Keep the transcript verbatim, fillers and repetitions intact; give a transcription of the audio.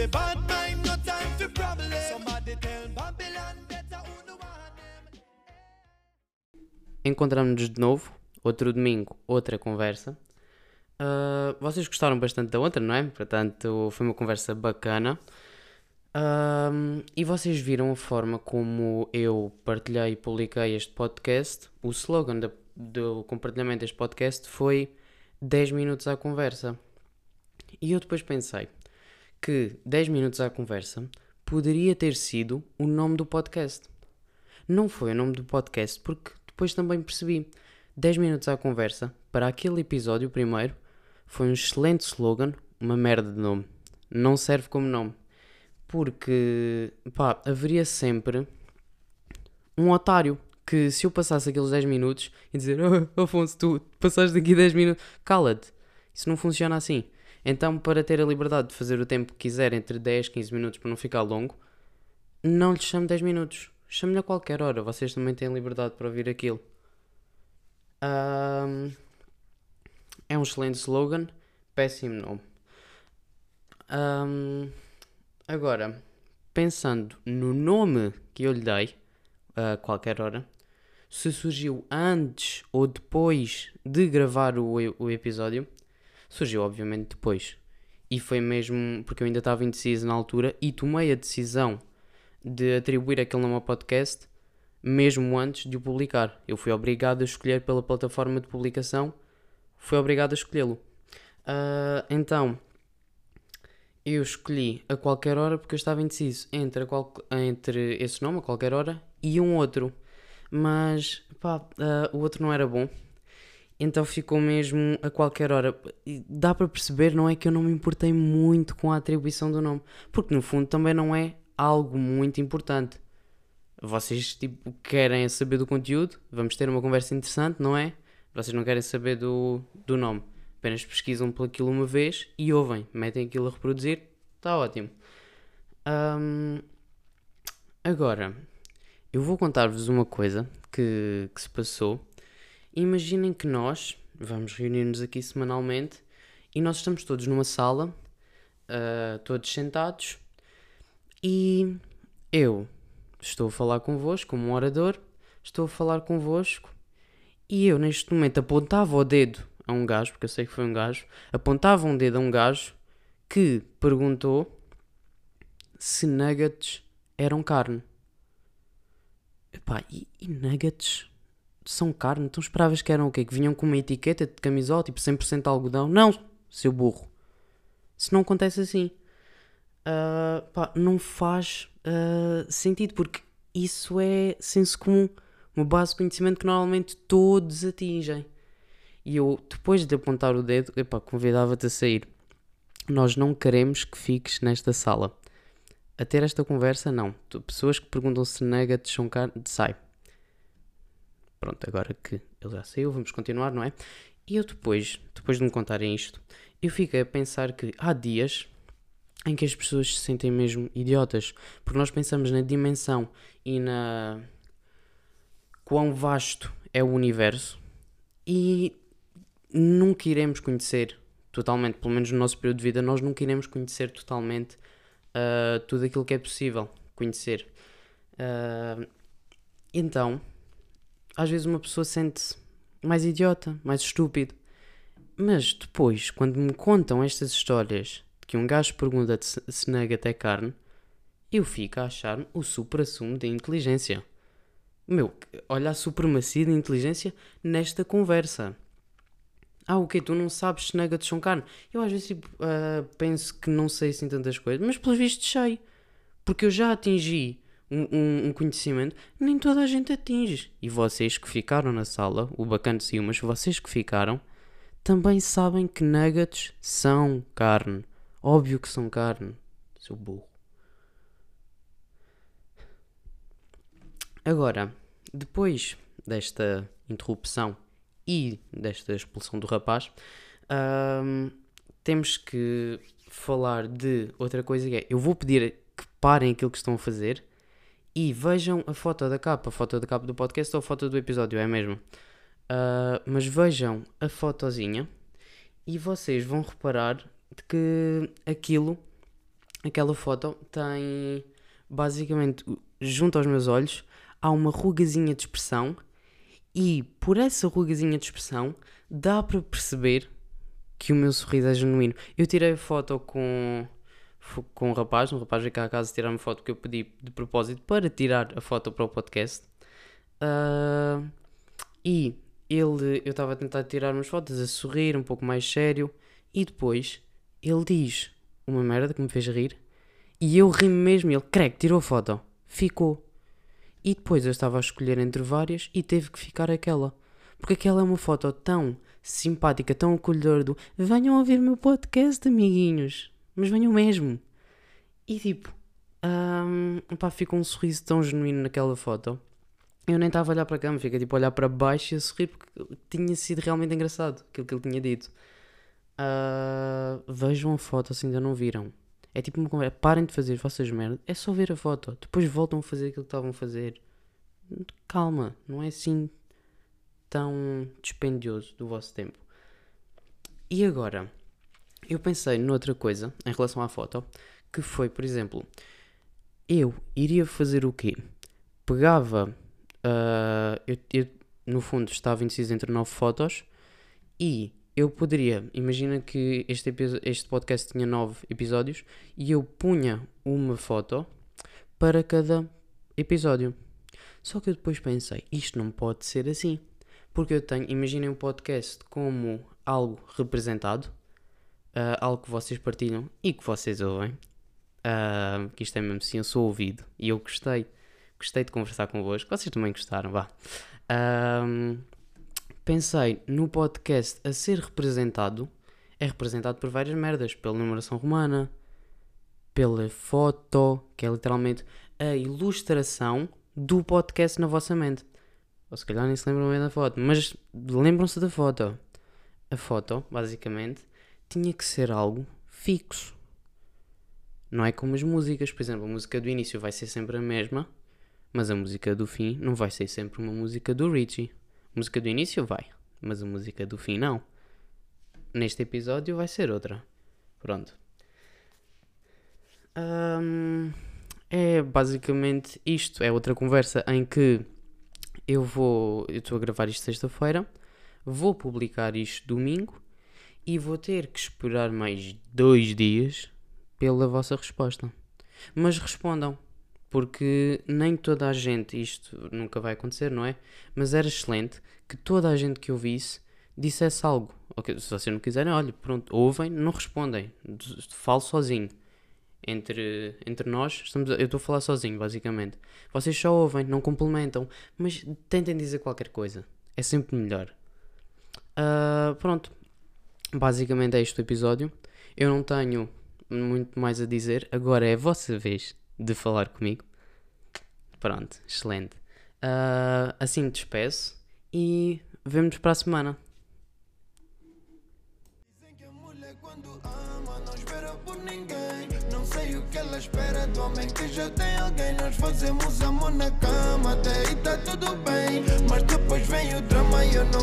for bad mind, no time for problem. Somebody tell Babylon better who the one them. Encontramos-nos de novo, outro domingo, outra conversa. Uh, vocês gostaram bastante da outra, não é? Portanto, foi uma conversa bacana. Uh, e vocês viram a forma como eu partilhei e publiquei este podcast. O slogan da, do compartilhamento deste podcast foi dez minutos à conversa. E eu depois pensei que dez minutos à conversa poderia ter sido o nome do podcast. Não foi o nome do podcast porque depois também percebi. dez minutos à conversa, para aquele episódio primeiro, foi um excelente slogan, uma merda de nome. Não serve como nome. Porque, pá, haveria sempre um otário que se eu passasse aqueles dez minutos e dizer oh, Afonso, tu passaste daqui dez minutos, cala-te. Isso não funciona assim. Então, para ter a liberdade de fazer o tempo que quiser, entre dez, quinze minutos, para não ficar longo, não lhe chamo dez minutos. Chame-lhe a qualquer hora. Vocês também têm liberdade para ouvir aquilo. Um, é um excelente slogan, péssimo nome. Um, agora, pensando no nome que eu lhe dei a qualquer hora, se surgiu antes ou depois de gravar o, o episódio, surgiu obviamente depois. E foi mesmo porque eu ainda estava indeciso na altura e tomei a decisão de atribuir aquele nome ao podcast mesmo antes de o publicar. Eu fui obrigado a escolher pela plataforma de publicação, fui obrigado a escolhê-lo. Uh, então, eu escolhi a qualquer hora porque eu estava indeciso entre, a qual, entre esse nome, a qualquer hora, e um outro. Mas, pá, uh, o outro não era bom. Então ficou mesmo a qualquer hora. E dá para perceber, não é que eu não me importei muito com a atribuição do nome. Porque no fundo também não é algo muito importante. Vocês tipo, querem saber do conteúdo, vamos ter uma conversa interessante, não é? Vocês não querem saber do, do nome. Apenas pesquisam por aquilo uma vez e ouvem, metem aquilo a reproduzir, está ótimo. Um, agora, eu vou contar-vos uma coisa que, que se passou. Imaginem que nós vamos reunir-nos aqui semanalmente e nós estamos todos numa sala, uh, todos sentados, e eu estou a falar convosco como um orador, estou a falar convosco e eu neste momento apontava o dedo a um gajo, porque eu sei que foi um gajo, apontava um dedo a um gajo que perguntou se nuggets eram carne. Epá, e, e nuggets são carne? Então esperavas que eram o quê? Que vinham com uma etiqueta de camisola, tipo cem por cento algodão? Não, seu burro. Isso não acontece assim. Uh, pá, não faz uh, sentido, porque isso é senso comum, uma base de conhecimento que normalmente todos atingem. E eu, depois de apontar o dedo, epá, convidava-te a sair. Nós não queremos que fiques nesta sala a ter esta conversa, não. Tu, pessoas que perguntam se nuggets são carne, sai. Pronto, agora que ele já saiu, vamos continuar, não é? E eu depois, depois de me contarem isto, eu fiquei a pensar que há dias em que as pessoas se sentem mesmo idiotas, porque nós pensamos na dimensão e na quão vasto é o universo e nunca iremos conhecer totalmente, pelo menos no nosso período de vida, nós nunca iremos conhecer totalmente uh, tudo aquilo que é possível conhecer. Uh, então, às vezes uma pessoa sente-se mais idiota, mais estúpido, mas depois, quando me contam estas histórias que um gajo pergunta se nugget é carne, eu fico a achar o supra-sumo da inteligência. Meu, olha a supremacia da inteligência nesta conversa. Ah, o quê? Tu não sabes se nuggets são carne? Eu às vezes tipo, uh, penso que não sei assim tantas coisas, mas pelos vistos sei. Porque eu já atingi um, um, um conhecimento, nem toda a gente atinge. E vocês que ficaram na sala, o bacana de mas vocês que ficaram, também sabem que nuggets são carne. Óbvio que são carne, seu burro. Agora, depois desta interrupção e desta expulsão do rapaz, hum, temos que falar de outra coisa que é, eu vou pedir que parem aquilo que estão a fazer e vejam a foto da capa, a foto da capa do podcast ou a foto do episódio, é mesmo. Uh, mas vejam a fotozinha e vocês vão reparar de que aquilo aquela foto tem, basicamente, junto aos meus olhos, há uma rugazinha de expressão e por essa rugazinha de expressão dá para perceber que o meu sorriso é genuíno. Eu tirei a foto com, com um rapaz, um rapaz veio cá a casa tirar uma foto que eu pedi de propósito para tirar a foto para o podcast. Uh, e ele, eu estava a tentar tirar umas fotos, a sorrir, um pouco mais sério, e depois ele diz uma merda que me fez rir, e eu ri-me mesmo, ele, creio, tirou a foto, ficou. E depois eu estava a escolher entre várias e teve que ficar aquela. Porque aquela é uma foto tão simpática, tão acolhedora do venham ouvir o meu podcast, amiguinhos. Mas venham mesmo. E tipo, um, pá, ficou um sorriso tão genuíno naquela foto. Eu nem estava a olhar para a cama, fiquei tipo a olhar para baixo e a sorrir porque tinha sido realmente engraçado aquilo que ele tinha dito. Uh, vejam a foto se ainda não viram. É tipo uma conversa, parem de fazer as vossas merdas, é só ver a foto, depois voltam a fazer aquilo que estavam a fazer. Calma, não é assim tão dispendioso do vosso tempo. E agora, eu pensei noutra coisa em relação à foto, que foi, por exemplo, eu iria fazer o quê? Pegava, uh, eu, eu no fundo estava indeciso entre nove fotos e eu poderia, imagina que este, episo- este podcast tinha nove episódios e eu punha uma foto para cada episódio. Só que eu depois pensei, isto não pode ser assim. Porque eu tenho, imaginem um podcast como algo representado, uh, algo que vocês partilham e que vocês ouvem. Uh, que isto é mesmo assim, eu sou ouvido e eu gostei, gostei de conversar convosco. Vocês também gostaram, vá. Uh, Pensei no podcast a ser representado, é representado por várias merdas, pela numeração romana, pela foto, que é literalmente a ilustração do podcast na vossa mente. Ou se calhar nem se lembram bem da foto, mas lembram-se da foto. A foto, basicamente, tinha que ser algo fixo. Não é como as músicas, por exemplo, a música do início vai ser sempre a mesma, mas a música do fim não vai ser sempre uma música do Richie. A música do início vai, mas a música do fim não. Neste episódio vai ser outra. Pronto. Um, é basicamente isto. É outra conversa em que eu vou... Eu estou a gravar isto sexta-feira. Vou publicar isto domingo. E vou ter que esperar mais dois dias pela vossa resposta. Mas respondam. Porque nem toda a gente, isto nunca vai acontecer, não é? Mas era excelente que toda a gente que ouvisse dissesse algo. Okay, se vocês não quiserem, olha, pronto, ouvem, não respondem. Falo sozinho. Entre, entre nós, estamos a, eu estou a falar sozinho, basicamente. Vocês só ouvem, não complementam, mas tentem dizer qualquer coisa. É sempre melhor. Uh, pronto. Basicamente é este o episódio. Eu não tenho muito mais a dizer. Agora é a vossa vez de falar comigo. Pronto, excelente. Uh, assim me despeço e vemo-nos para a semana. Dizem que a mulher quando ama não espera por ninguém. Não sei o que ela espera do homem que já tem alguém. Nós fazemos amor na cama, até aí tá tudo bem. Mas depois vem o drama e eu não